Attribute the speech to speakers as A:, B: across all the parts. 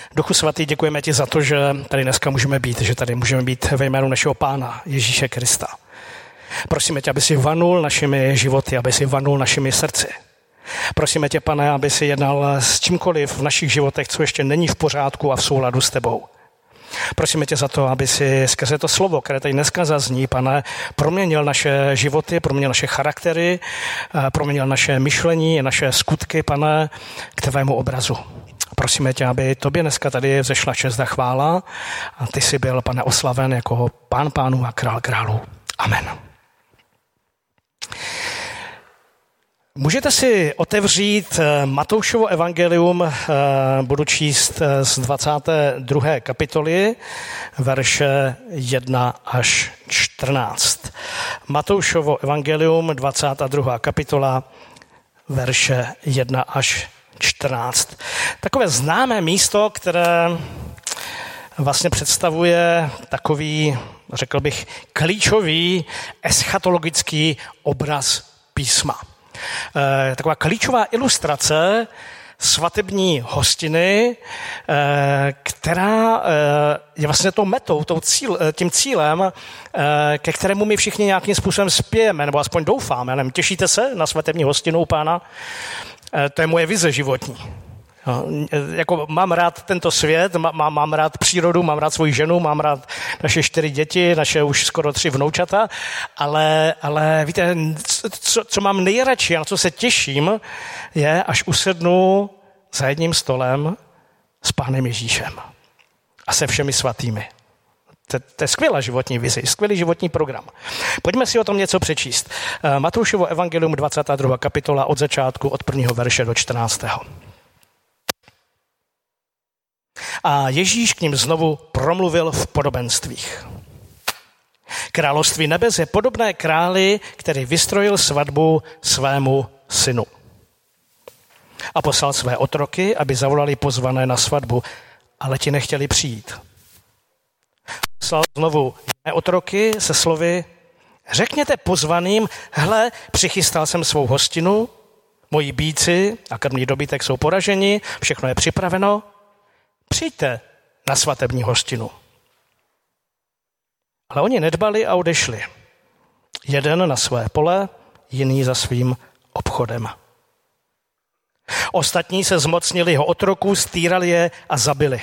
A: Duchu svatý, děkujeme ti za to, že tady dneska můžeme být, že tady můžeme být ve jménu našeho Pána Ježíše Krista. Prosíme tě, aby si vanul našimi životy, aby si vanul našimi srdci. Prosíme tě, Pane, aby si jednal s čímkoliv v našich životech, co ještě není v pořádku a v souladu s tebou. Prosíme tě za to, aby si skrze to slovo, které tady dneska zazní, Pane, proměnil naše životy, proměnil naše charaktery, proměnil naše myšlení, naše skutky, Pane, k tvému obrazu. Prosíme tě, aby tobě dneska tady vzešla čest a chvála a ty jsi byl, Pane, oslaven jako Pán pánů a král králů. Amen. Můžete si otevřít Matoušovo evangelium, budu číst z 22. kapitoly, verše 1 až 14. Matoušovo evangelium, 22. kapitola, verše 1 až 14. Takové známé místo, které vlastně představuje takový, řekl bych, klíčový eschatologický obraz písma. Taková klíčová ilustrace svatební hostiny, která je vlastně tou metou, tím cílem, ke kterému my všichni nějakým způsobem spějeme, nebo aspoň doufáme. Nevím, těšíte se na svatební hostinu u Pána? To je moje vize životní. Jako mám rád tento svět, mám rád přírodu, mám rád svoji ženu, mám rád naše 4 děti, naše už skoro 3 vnoučata, ale víte, co mám nejradši a na co se těším, je, až usednu za jedním stolem s Pánem Ježíšem a se všemi svatými. To je skvělá životní vize, skvělý životní program. Pojďme si o tom něco přečíst. Matoušovo evangelium, 22. kapitola, od začátku, od 1. verše do 14. A Ježíš k nim znovu promluvil v podobenstvích. Království nebes je podobné králi, který vystrojil svatbu svému synu. A poslal své otroky, aby zavolali pozvané na svatbu, ale ti nechtěli přijít. Poslal znovu jiné otroky se slovy: řekněte pozvaným, hle, přichystal jsem svou hostinu, moji býci a krmný dobytek jsou poraženi, všechno je připraveno, přijďte na svatební hostinu. Ale oni nedbali a odešli. Jeden na své pole, jiný za svým obchodem. Ostatní se zmocnili jeho otroků, stýrali je a zabili.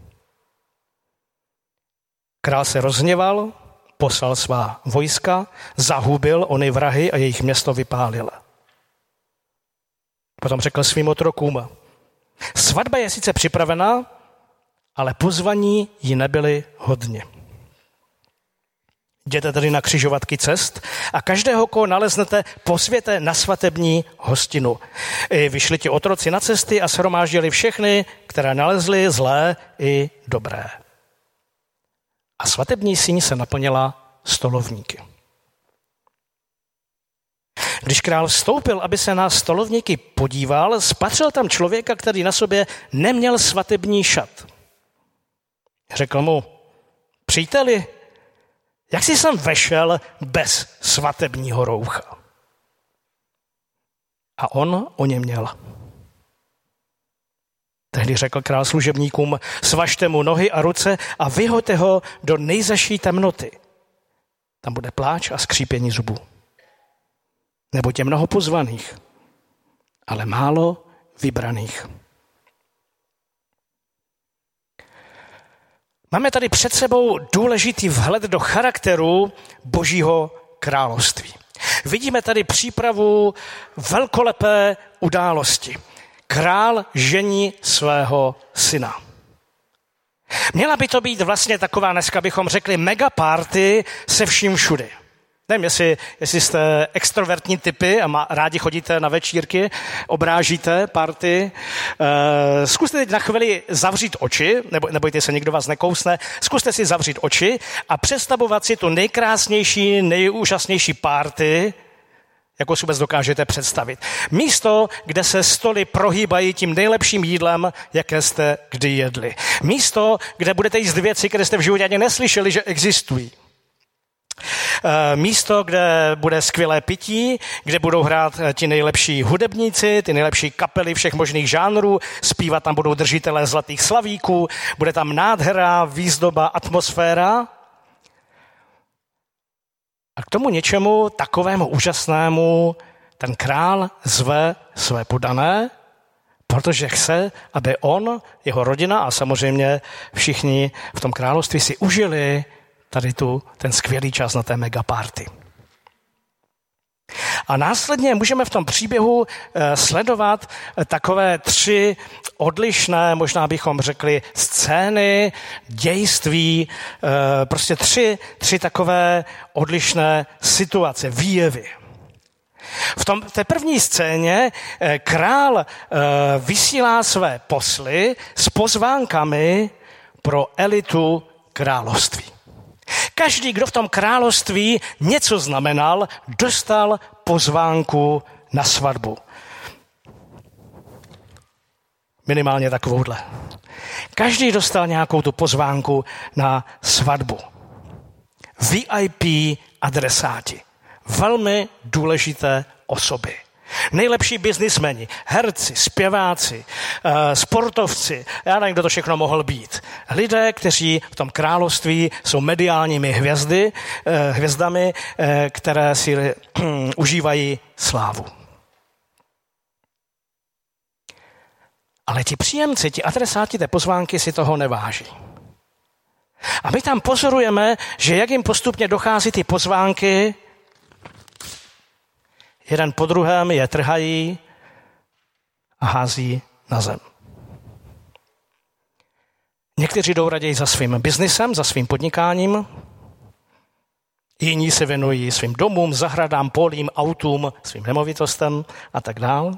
A: Král se rozhněval, poslal svá vojska, zahubil ony vrahy a jejich město vypálil. Potom řekl svým otrokům: svatba je sice připravena, ale pozvaní ji nebyli hodně. Jděte tedy na křižovatky cest a každého, koho naleznete, pozvěte na svatební hostinu. Vyšli ti otroci na cesty a shromáždili všechny, které nalezli, zlé i dobré. A svatební síň se naplnila stolovníky. Když král vstoupil, aby se na stolovníky podíval, spatřil tam člověka, který na sobě neměl svatební šat. Řekl mu: příteli, jak jsi sem vešel bez svatebního roucha? A on o ně měl. Tehdy řekl král služebníkům: svažte mu nohy a ruce a vyhoďte ho do nejzaší temnoty. Tam bude pláč a skřípění zubů. Neboť je mnoho pozvaných, ale málo vybraných. Máme tady před sebou důležitý vhled do charakteru Božího království. Vidíme tady přípravu velkolepé události. Král žení svého syna. Měla by to být vlastně taková, dneska bychom řekli, mega party se vším všudy. Nevím, jestli jste extrovertní typy a rádi chodíte na večírky, obrážíte party. Zkuste teď na chvíli zavřít oči, nebojte se, nikdo vás nekousne, zkuste si zavřít oči a představovat si tu nejkrásnější, nejúžasnější party, jakou si vůbec dokážete představit. Místo, kde se stoly prohýbají tím nejlepším jídlem, jaké jste kdy jedli. Místo, kde budete jíst věci, které jste v životě ani neslyšeli, že existují. místo, kde bude skvělé pití, kde budou hrát ti nejlepší hudebníci, ty nejlepší kapely všech možných žánrů, zpívat tam budou držitelé zlatých slavíků, bude tam nádhera, výzdoba, atmosféra. A k tomu něčemu takovému úžasnému ten král zve své poddané, protože chce, aby on, jeho rodina a samozřejmě všichni v tom království si užili tady ten skvělý čas na té megaparty. A následně můžeme v tom příběhu sledovat takové 3 odlišné, možná bychom řekli, scény, dějství, prostě 3 takové odlišné situace, výjevy. V té první scéně král vysílá své posly s pozvánkami pro elitu království. Každý, kdo v tom království něco znamenal, dostal pozvánku na svatbu. Minimálně takovouhle. Každý dostal nějakou tu pozvánku na svatbu. VIP adresáti. Velmi důležité osoby. Nejlepší biznismeni, herci, zpěváci, sportovci, já nevím, kdo to všechno mohl být. Lidé, kteří v tom království jsou mediálními hvězdami, které si užívají slávu. Ale ti příjemci, ti adresáti té pozvánky si toho neváží. A my tam pozorujeme, že jak jim postupně dochází ty pozvánky, jeden po druhém je trhají a hází na zem. Někteří jdou raději za svým biznisem, za svým podnikáním, jiní se věnují svým domům, zahradám, polím, autům, svým nemovitostem a tak dál.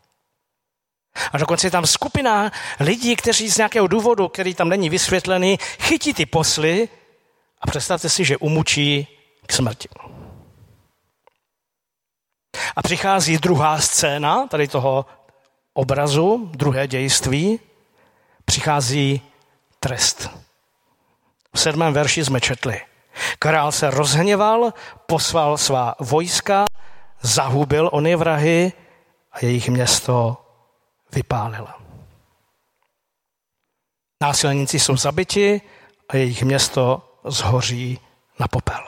A: A dokonce je tam skupina lidí, kteří z nějakého důvodu, který tam není vysvětlený, chytí ty posly a představte si, že umučí k smrti. A přichází druhá scéna tady toho obrazu, druhé dějství, přichází trest. V 7. verši jsme četli. Král se rozhněval, poslal svá vojska, zahubil ony vrahy a jejich město vypálil. Násilníci jsou zabiti a jejich město zhoří na popel.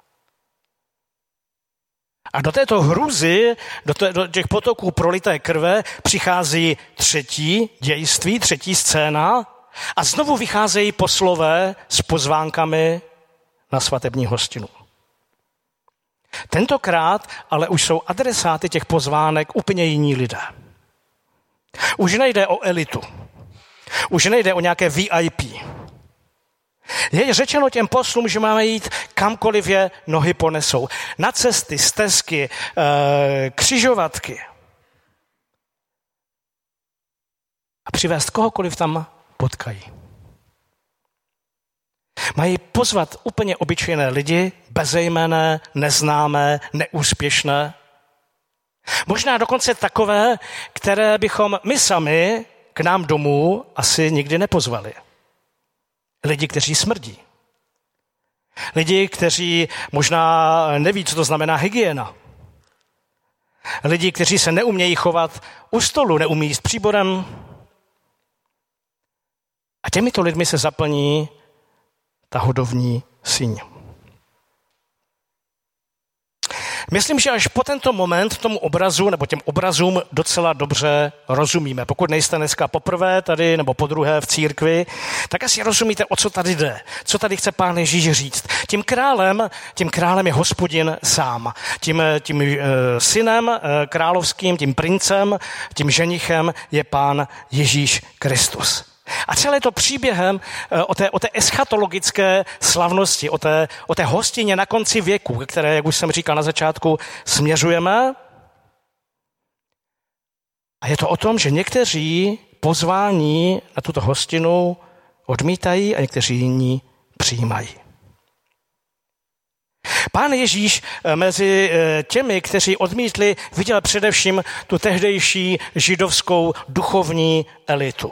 A: A do této hrůzy, do těch potoků prolité krve přichází třetí dějství, třetí scéna a znovu vycházejí poslové s pozvánkami na svatební hostinu. Tentokrát ale už jsou adresáty těch pozvánek úplně jiní lidé. Už nejde o elitu. Už nejde o nějaké VIP. Je řečeno těm poslům, že máme jít kamkoliv je nohy ponesou. Na cesty, stezky, křižovatky. A přivést kohokoliv tam potkají. Mají pozvat úplně obyčejné lidi, bezejmenné, neznámé, neúspěšné. Možná dokonce takové, které bychom my sami k nám domů asi nikdy nepozvali. Lidi, kteří smrdí. Lidi, kteří možná neví, co to znamená hygiena. Lidi, kteří se neumějí chovat u stolu, neumí jíst příborem. A těmito lidmi se zaplní ta hodovní síň. Myslím, že až po tento moment tomu obrazu nebo těm obrazům docela dobře rozumíme. Pokud nejste dneska poprvé tady nebo podruhé v církvi, tak asi rozumíte, o co tady jde. Co tady chce Pán Ježíš říct. Tím králem je Hospodin sám. Tím synem královským, tím princem, tím ženichem je Pán Ježíš Kristus. A celé to příběhem o té eschatologické slavnosti, o té hostině na konci věku, které, jak už jsem říkal na začátku, směřujeme. A je to o tom, že někteří pozvání na tuto hostinu odmítají a někteří jiní přijímají. Pán Ježíš mezi těmi, kteří odmítli, viděl především tu tehdejší židovskou duchovní elitu.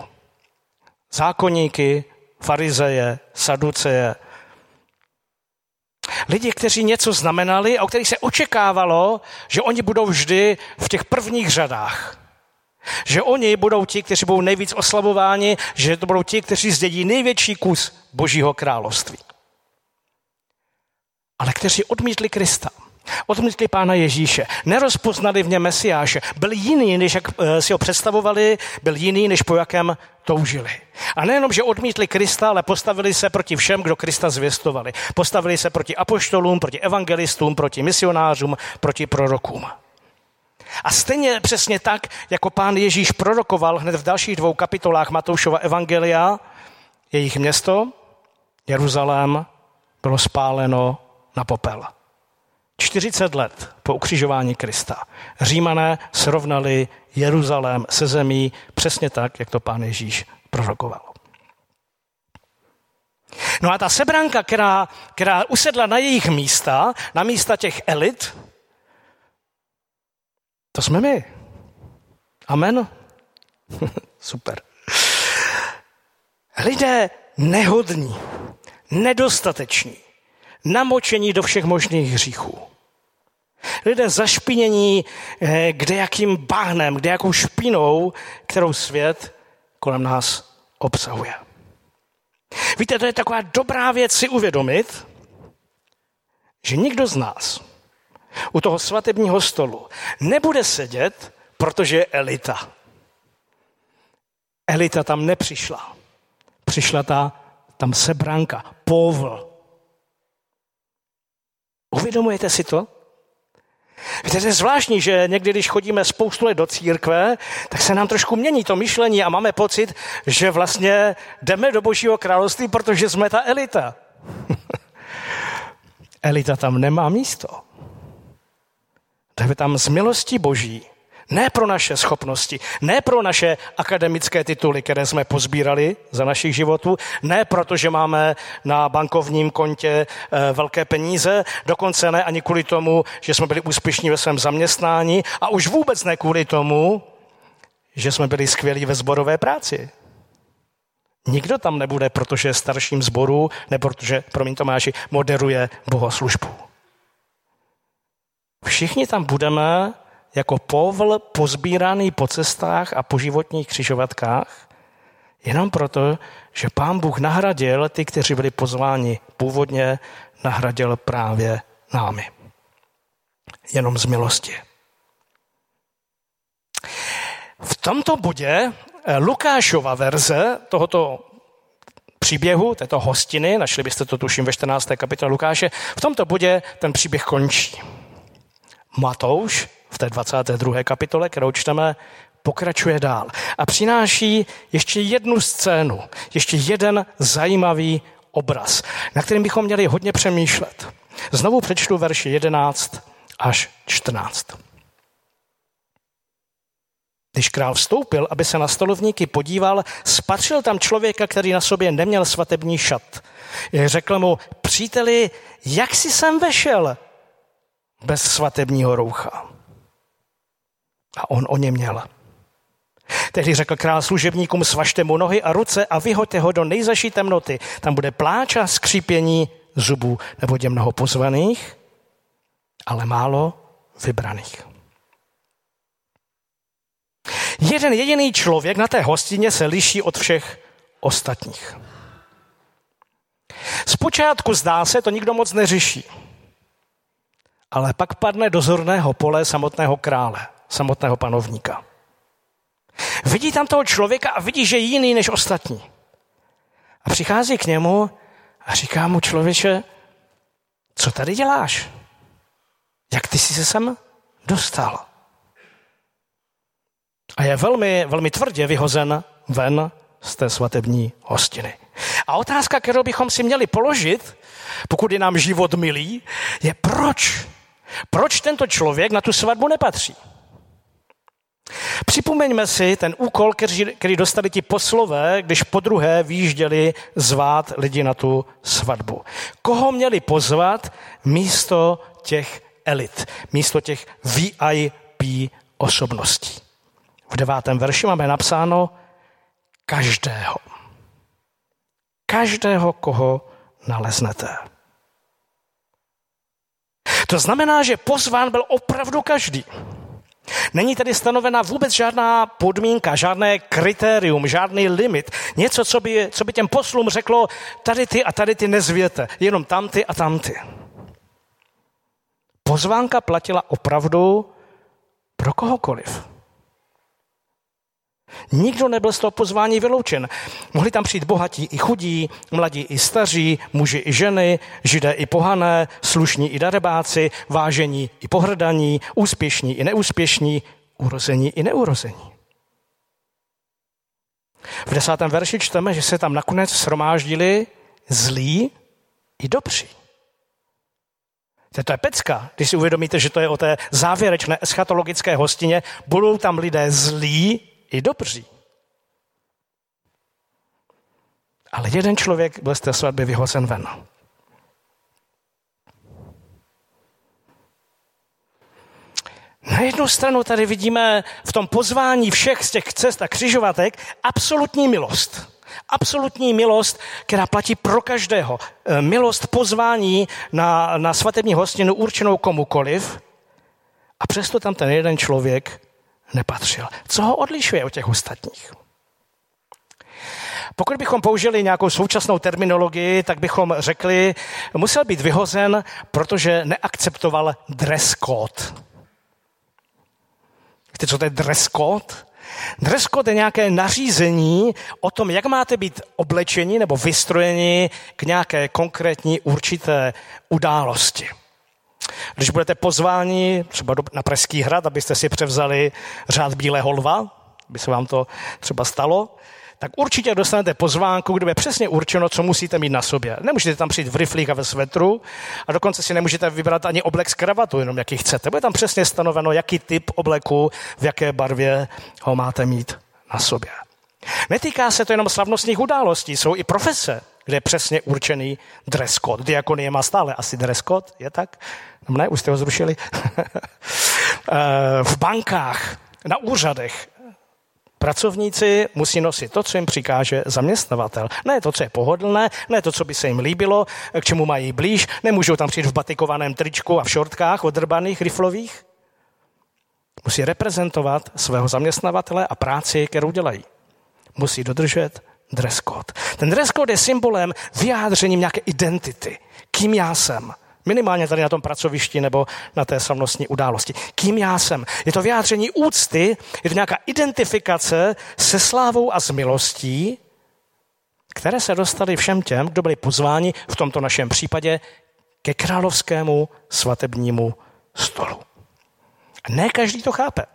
A: Zákonníky, farizeje, saduceje. Lidi, kteří něco znamenali a o kterých se očekávalo, že oni budou vždy v těch prvních řadách. Že oni budou ti, kteří budou nejvíc oslavováni, že to budou ti, kteří zdědí největší kus Božího království. Ale kteří odmítli Krista, odmítli Pána Ježíše, nerozpoznali v něm Mesiáše, byl jiný, než jak si ho představovali, byl jiný, než po jakém toužili. A nejenom, že odmítli Krista, ale postavili se proti všem, kdo Krista zvěstovali. Postavili se proti apoštolům, proti evangelistům, proti misionářům, proti prorokům. A stejně přesně tak, jako Pán Ježíš prorokoval hned v dalších 2 kapitolách Matoušova evangelia, jejich město, Jeruzalém, bylo spáleno na popel. 40 let po ukřižování Krista Římané srovnali Jeruzalém se zemí přesně tak, jak to Pán Ježíš prorokoval. No a ta sebranka, která usedla na jejich místa, na místa těch elit, to jsme my. Amen? Super. Lidé nehodní, nedostateční, namočení do všech možných hříchů. Lidé zašpinění kdejakým bahnem, kdejakou špinou, kterou svět kolem nás obsahuje. Víte, to je taková dobrá věc si uvědomit, že nikdo z nás u toho svatebního stolu nebude sedět, protože je elita. Elita tam nepřišla. Přišla tam sebranka, povl. Uvědomujete si to? Víte, to je zvláštní, že někdy, když chodíme spoustu let do církve, tak se nám trošku mění to myšlení a máme pocit, že vlastně jdeme do Božího království, protože jsme ta elita. Elita tam nemá místo. Jdeme tam z milosti Boží. Ne pro naše schopnosti, ne pro naše akademické tituly, které jsme pozbírali za našich životů, ne proto, že máme na bankovním kontě velké peníze, dokonce ne ani kvůli tomu, že jsme byli úspěšní ve svém zaměstnání a už vůbec ne kvůli tomu, že jsme byli skvělí ve sborové práci. Nikdo tam nebude, protože je starším sboru, nebo protože, promiň Tomáši, moderuje bohoslužbu. Všichni tam budeme jako povl pozbíraný po cestách a po životních křižovatkách, jenom proto, že Pán Bůh nahradil ty, kteří byli pozváni původně, nahradil právě námi. Jenom z milosti. V tomto bodě Lukášova verze tohoto příběhu, této hostiny, našli byste to tuším ve 14. kapitole Lukáše, v tomto bodě ten příběh končí. Matouš v té 22. kapitole, kterou čteme, pokračuje dál a přináší ještě jednu scénu, ještě jeden zajímavý obraz, na kterým bychom měli hodně přemýšlet. Znovu přečtu verši 11 až 14. Když král vstoupil, aby se na stolovníky podíval, spatřil tam člověka, který na sobě neměl svatební šat. Řekl mu: příteli, jak jsi sem vešel bez svatebního roucha? A on o ně měl. Tehdy řekl král služebníkům: svažte mu nohy a ruce a vyhoďte ho do nejzaší temnoty. Tam bude pláč a skřípění zubů, neboť je mnoho pozvaných, ale málo vybraných. Jeden jediný člověk na té hostině se liší od všech ostatních. Zpočátku zdá se, to nikdo moc neřeší. Ale pak padne do zorného pole samotného krále, samotného panovníka. Vidí tam toho člověka a vidí, že je jiný než ostatní. A přichází k němu a říká mu: člověče, co tady děláš? Jak ty jsi se sem dostal? A je velmi, velmi tvrdě vyhozen ven z té svatební hostiny. A otázka, kterou bychom si měli položit, pokud je nám život milý, je proč? Proč tento člověk na tu svatbu nepatří? Připomeňme si ten úkol, který dostali ti poslové, když podruhé vyjížděli zvát lidi na tu svatbu. Koho měli pozvat místo těch elit, místo těch VIP osobností? V 9. verši máme napsáno: každého. Každého, koho naleznete. To znamená, že pozván byl opravdu každý. Není tedy stanovena vůbec žádná podmínka, žádné kritérium, žádný limit. Něco, co by těm poslům řeklo, tady ty nezvěte, jenom tamty a tamty. Pozvánka platila opravdu pro kohokoliv. Nikdo nebyl z toho pozvání vyloučen. Mohli tam přijít bohatí i chudí, mladí i staří, muži i ženy, židé i pohané, slušní i darebáci, vážení i pohrdaní, úspěšní i neúspěšní, urození i neurození. V 10. verši čteme, že se tam nakonec shromáždili zlí i dobří. To je pecka, když si uvědomíte, že to je o té závěrečné eschatologické hostině, budou tam lidé zlí i dobří. Ale jeden člověk byl z té svatby vyhozen ven. Na jednu stranu tady vidíme v tom pozvání všech z těch cest a křižovatek absolutní milost. Absolutní milost, která platí pro každého. Milost pozvání na svatební hostinu určenou komukoliv. A přesto tam ten jeden člověk nepatřil. Co ho odlišuje od těch ostatních? Pokud bychom použili nějakou současnou terminologii, tak bychom řekli, musel být vyhozen, protože neakceptoval dress code. Víte, co to je dress code? Dress code je nějaké nařízení o tom, jak máte být oblečeni nebo vystrojeni k nějaké konkrétní určité události. Když budete pozváni třeba na Pražský hrad, abyste si převzali řád Bílého lva, by se vám to třeba stalo, tak určitě dostanete pozvánku, kde je přesně určeno, co musíte mít na sobě. Nemůžete tam přijít v riflích a ve svetru a dokonce si nemůžete vybrat ani oblek z kravatu, jenom jaký chcete. Bude tam přesně stanoveno, jaký typ obleku, v jaké barvě ho máte mít na sobě. Netýká se to jenom slavnostních událostí, jsou i profese, kde je přesně určený dress code. Diakonie má stále asi dress code, je tak? Ne, už jste ho zrušili? V bankách, na úřadech pracovníci musí nosit to, co jim přikáže zaměstnavatel. Ne to, co je pohodlné, ne to, co by se jim líbilo, k čemu mají blíž. Nemůžou tam přijít v batikovaném tričku a v šortkách odrbaných, riflových. Musí reprezentovat svého zaměstnavatele a práci, kterou dělají. Musí dodržet dress code. Ten dress code je symbolem, vyjádřením nějaké identity. Kým já jsem? Minimálně tady na tom pracovišti nebo na té slavnostní události. Kým já jsem? Je to vyjádření úcty, je to nějaká identifikace se slávou a s milostí, které se dostaly všem těm, kdo byli pozváni v tomto našem případě ke královskému svatebnímu stolu. Ne každý to chápe.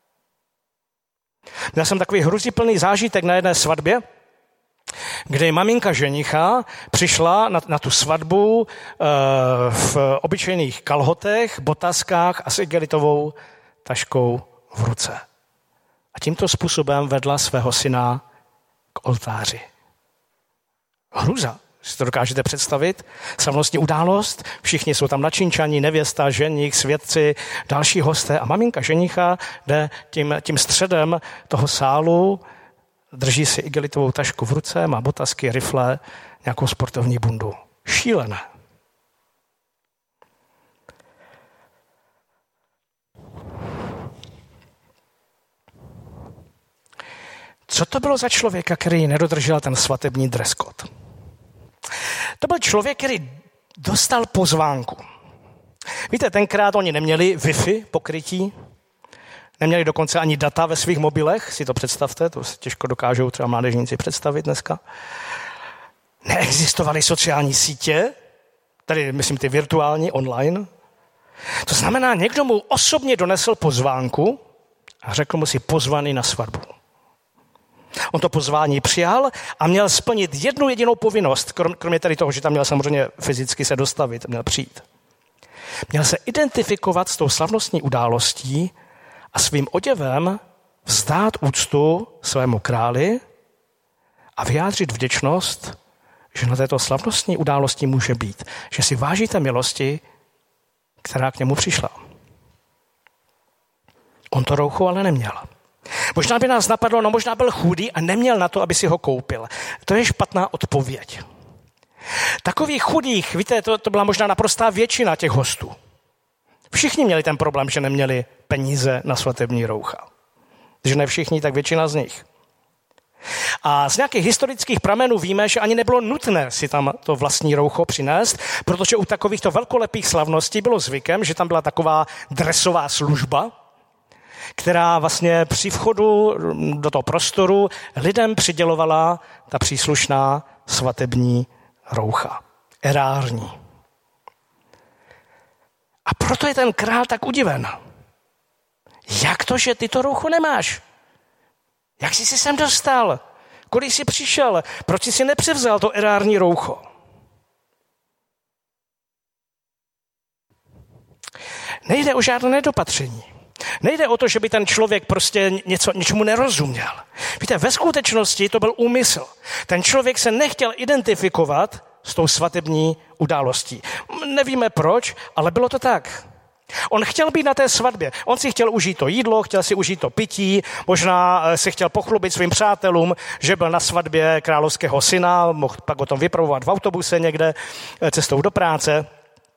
A: Měl jsem takový hruziplný zážitek na jedné svatbě, kdy maminka ženicha přišla na tu svatbu v obyčejných kalhotech, botaskách a s igelitovou taškou v ruce. A tímto způsobem vedla svého syna k oltáři. Hruza, si to dokážete představit? Slavnostní událost, všichni jsou tam načinčaní, nevěsta, ženich, svědci, další hosté a maminka ženicha jde tím středem toho sálu, drží si igelitovou tašku v ruce, má botasky, rifle, nějakou sportovní bundu. Šílené. Co to bylo za člověka, který nedodržel ten svatební dress code? To byl člověk, který dostal pozvánku. Víte, tenkrát oni neměli Wi-Fi pokrytí, neměli dokonce ani data ve svých mobilech, si to představte, to si těžko dokážou třeba mládežníci představit dneska. Neexistovaly sociální sítě, tady myslím ty virtuální, online. To znamená, někdo mu osobně donesl pozvánku a řekl mu si pozvaný na svatbu. On to pozvání přijal a měl splnit jednu jedinou povinnost, kromě tady toho, že tam měl samozřejmě fyzicky se dostavit, měl přijít. Měl se identifikovat s tou slavnostní událostí a svým oděvem vzdát úctu svému králi a vyjádřit vděčnost, že na této slavnostní události může být, že si vážíte milosti, která k němu přišla. On to rouchu ale neměl. Možná by nás napadlo, no možná byl chudý a neměl na to, aby si ho koupil. To je špatná odpověď. Takových chudých, víte, to byla možná naprostá většina těch hostů. Všichni měli ten problém, že neměli peníze na svatební roucha. Že ne všichni, tak většina z nich. A z nějakých historických pramenů víme, že ani nebylo nutné si tam to vlastní roucho přinést, protože u takovýchto velkolepých slavností bylo zvykem, že tam byla taková dresová služba, která vlastně při vchodu do toho prostoru lidem přidělovala ta příslušná svatební roucha. Erární. A proto je ten král tak udiven. Jak to, že ty to roucho nemáš? Jak jsi si sem dostal? Kudy jsi přišel? Proč jsi si nepřevzal to erární roucho? Nejde o žádné nedopatření. Nejde o to, že by ten člověk prostě něčemu nerozuměl. Víte, ve skutečnosti to byl úmysl. Ten člověk se nechtěl identifikovat s tou svatební událostí. Nevíme proč, ale bylo to tak. On chtěl být na té svatbě. On si chtěl užít to jídlo, chtěl si užít to pití, možná si chtěl pochlubit svým přátelům, že byl na svatbě královského syna, mohl pak o tom vypravovat v autobuse někde cestou do práce.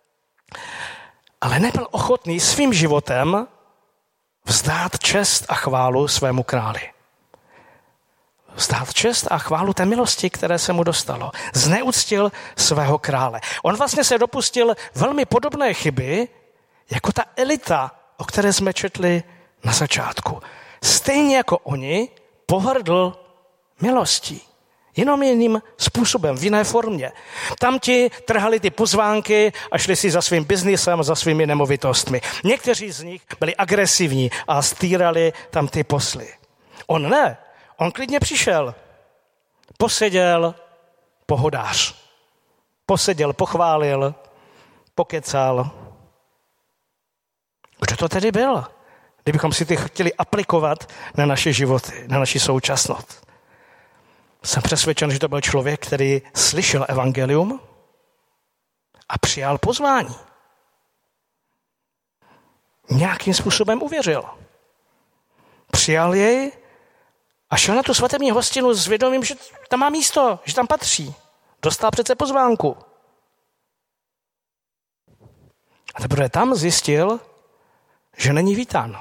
A: Ale nebyl ochotný svým životem vzdát čest a chválu svému králi. Vzdát čest a chválu té milosti, které se mu dostalo. Zneuctil svého krále. On vlastně se dopustil velmi podobné chyby, jako ta elita, o které jsme četli na začátku. Stejně jako oni pohrdl milostí. Jenom jiným způsobem, v jiné formě. Tam ti trhali ty pozvánky a šli si za svým biznisem, za svými nemovitostmi. Někteří z nich byli agresivní a stírali tam ty posly. On ne. On klidně přišel. Poseděl, pohodář. Poseděl, pochválil, pokecal. Kdo to tedy byl? Kdybychom si ty chtěli aplikovat na naše životy, na naši současnost. Jsem přesvědčen, že to byl člověk, který slyšel evangelium a přijal pozvání. Nějakým způsobem uvěřil. Přijal jej a šel na tu svatební hostinu s vědomím, že tam má místo, že tam patří. Dostal přece pozvánku. A teprve tam zjistil, že není vítán.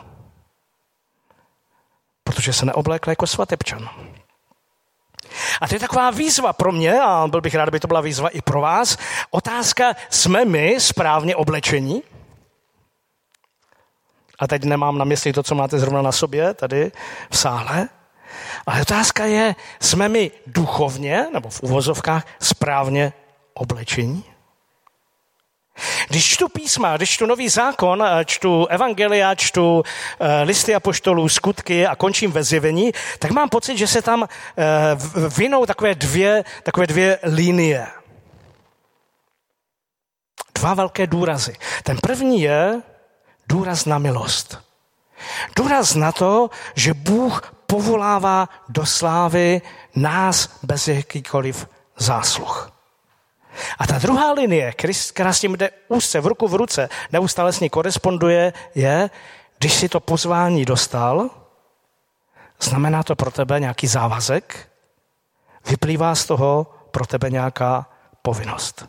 A: Protože se neoblékl jako svatebčan. A to je taková výzva pro mě, a byl bych rád, aby to byla výzva i pro vás. Otázka, jsme my správně oblečení? A teď nemám na mysli to, co máte zrovna na sobě, tady v sále. Ale otázka je, jsme my duchovně, nebo v uvozovkách, správně oblečení? Když čtu písma, když čtu Nový zákon, čtu evangelia, čtu listy apoštolů, skutky a končím ve Zjevení, tak mám pocit, že se tam vinou takové dvě linie. Dva velké důrazy. Ten první je důraz na milost. Důraz na to, že Bůh povolává do slávy nás bez jakýkoliv zásluh. A ta druhá linie, která s tím jde úzce, v ruku v ruce, neustále s ní koresponduje, je, když si to pozvání dostal, znamená to pro tebe nějaký závazek, vyplývá z toho pro tebe nějaká povinnost.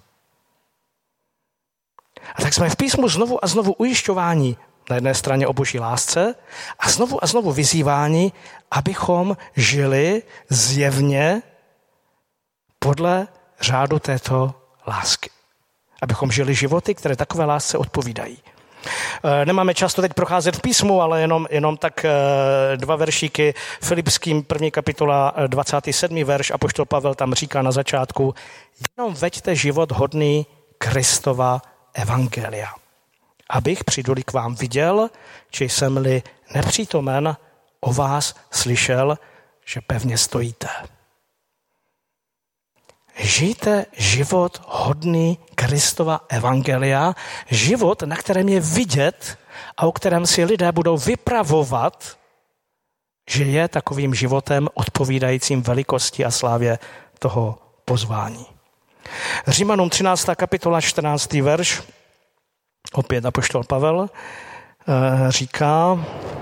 A: A tak jsme v písmu znovu a znovu ujišťováni na jedné straně o boží lásce a znovu vyzýváni, abychom žili zjevně podle řádu této lásky. Abychom žili životy, které takové lásce odpovídají. Nemáme čas to teď procházet v písmu, ale jenom tak 2 veršíky. Filipským 1. kapitola 27. verš, apoštol Pavel tam říká na začátku, jenom veďte život hodný Kristova evangelia. Abych přiduli k vám viděl, či jsem-li nepřítomen, o vás slyšel, že pevně stojíte. Žijte život hodný Kristova evangelia, život, na kterém je vidět a o kterém si lidé budou vypravovat, že je takovým životem odpovídajícím velikosti a slávě toho pozvání. Římanům 13. kapitola 14. verš, opět apoštol Pavel říká,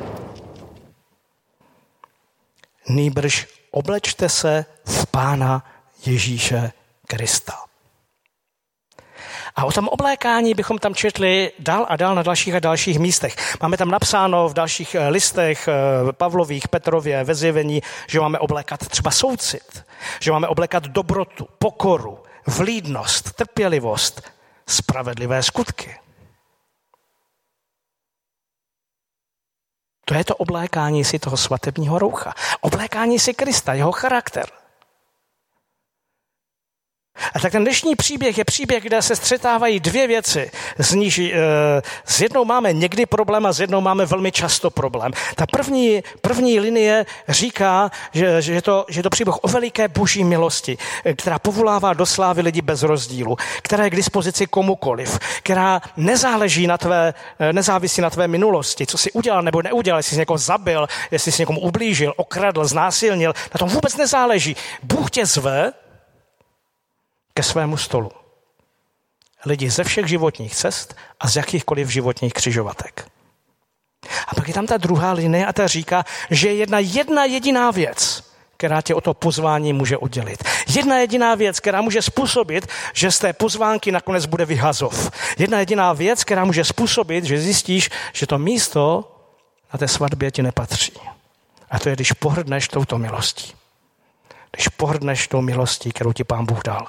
A: nýbrž oblečte se v Pána Ježíše Krista. A o tom oblékání bychom tam četli dál a dál na dalších a dalších místech. Máme tam napsáno v dalších listech Pavlových, Petrově, ve Zjevení, že máme oblékat třeba soucit, že máme oblékat dobrotu, pokoru, vlídnost, trpělivost, spravedlivé skutky. To je to oblékání si toho svatebního roucha. Oblékání si Krista, jeho charakter. A tak ten dnešní příběh je příběh, kde se střetávají dvě věci. S jednou máme někdy problém a s jednou máme velmi často problém. Ta první linie říká, že je to příběh o veliké boží milosti, která povolává do slávy lidi bez rozdílu, která je k dispozici komukoliv, která nezávisí na tvé minulosti, co jsi udělal nebo neudělal, jestli jsi někoho zabil, jestli jsi někomu ublížil, okradl, znásilnil, na tom vůbec nezáleží. Bůh tě zve ke svému stolu. Lidi ze všech životních cest a z jakýchkoliv životních křižovatek. A pak je tam ta druhá linie a ta říká, že je jedna jediná věc, která tě o to pozvání může oddělit. Jedna jediná věc, která může způsobit, že z té pozvánky nakonec bude vyhazov. Jedna jediná věc, která může způsobit, že zjistíš, že to místo na té svatbě ti nepatří. A to je, když pohrdneš touto milostí. Když pohrdneš tou milostí, kterou ti Pán Bůh dal.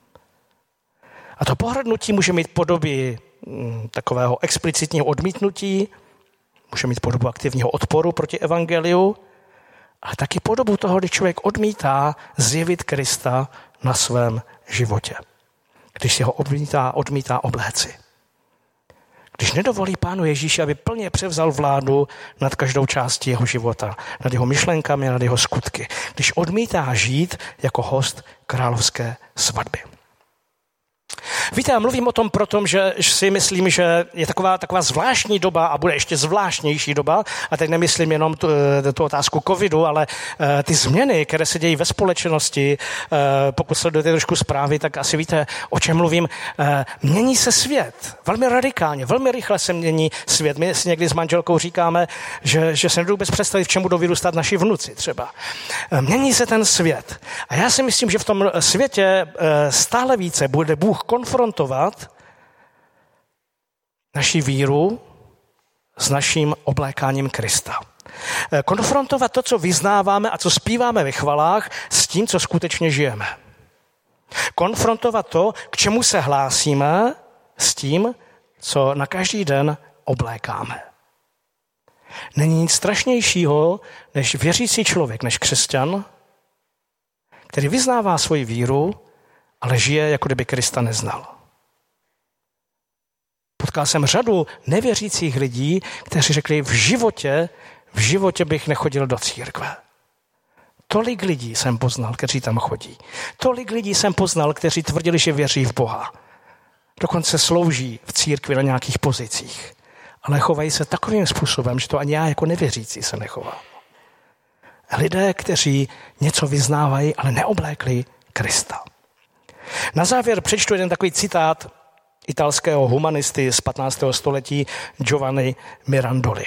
A: A to pohrdnutí může mít podoby takového explicitního odmítnutí, může mít podobu aktivního odporu proti evangeliu, ale taky podobu toho, kdy člověk odmítá zjevit Krista na svém životě. Když si ho odmítá obléci. Když nedovolí Pánu Ježíši, aby plně převzal vládu nad každou částí jeho života, nad jeho myšlenkami a nad jeho skutky. Když odmítá žít jako host královské svatby. Víte, já mluvím o tom proto, že si myslím, že je taková zvláštní doba a bude ještě zvláštnější doba, a teď nemyslím jenom tu otázku covidu, ale ty změny, které se dějí ve společnosti, pokud sledujete trošku zprávy, tak asi víte, o čem mluvím. Mění se svět, velmi radikálně, velmi rychle se mění svět. My si někdy s manželkou říkáme, že se nedou vůbec představit, v čem budou vyrůstat naši vnuci třeba. Mění se ten svět. A já si myslím, že v tom světě stále více bude Bůh konfrontovat naši víru s naším oblékáním Krista. Konfrontovat to, co vyznáváme a co zpíváme ve chvalách, s tím, co skutečně žijeme. Konfrontovat to, k čemu se hlásíme, s tím, co na každý den oblékáme. Není nic strašnějšího, než věřící člověk, než křesťan, který vyznává svoji víru, ale žije, jako kdyby Krista neznal. Potkal jsem řadu nevěřících lidí, kteří řekli, v životě bych nechodil do církve. Tolik lidí jsem poznal, kteří tam chodí. Tolik lidí jsem poznal, kteří tvrdili, že věří v Boha. Dokonce slouží v církvi na nějakých pozicích. Ale chovají se takovým způsobem, že to ani já jako nevěřící se nechovám. Lidé, kteří něco vyznávají, ale neoblékli Krista. Na závěr přečtu jeden takový citát italského humanisty z 15. století Giovanni Mirandoli.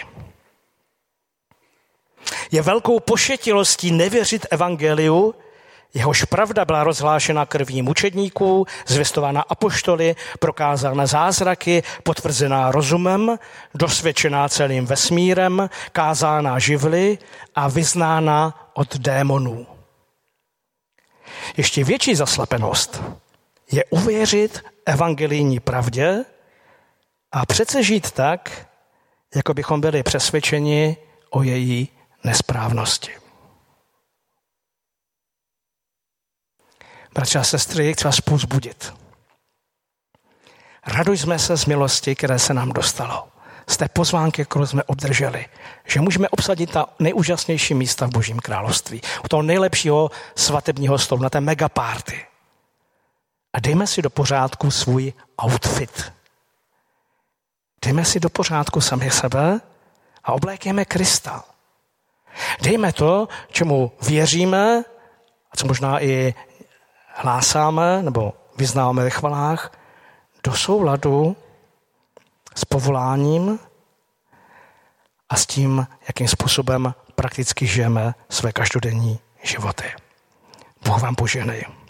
A: Je velkou pošetilostí nevěřit evangeliu, jehož pravda byla rozhlášena krví mučedníků, zvěstována apoštoly, prokázána zázraky, potvrzená rozumem, dosvědčená celým vesmírem, kázána živly a vyznána od démonů. Ještě větší zaslepenost je uvěřit evangelijní pravdě a přece žít tak, jako bychom byli přesvědčeni o její nesprávnosti. Bratři a sestry, chci vás povzbudit. Radujme se z milosti, které se nám dostalo. Z té pozvánky, kterou jsme obdrželi. Že můžeme obsadit ta nejúžasnější místa v Božím království. U toho nejlepšího svatebního stolu, na té megaparty. A dejme si do pořádku svůj outfit. Dejme si do pořádku sami sebe a oblékněme Krista. Dejme to, čemu věříme, a co možná i hlásáme nebo vyznáváme ve chvalách, do souladu s povoláním a s tím, jakým způsobem prakticky žijeme své každodenní životy. Bůh vám požehnej.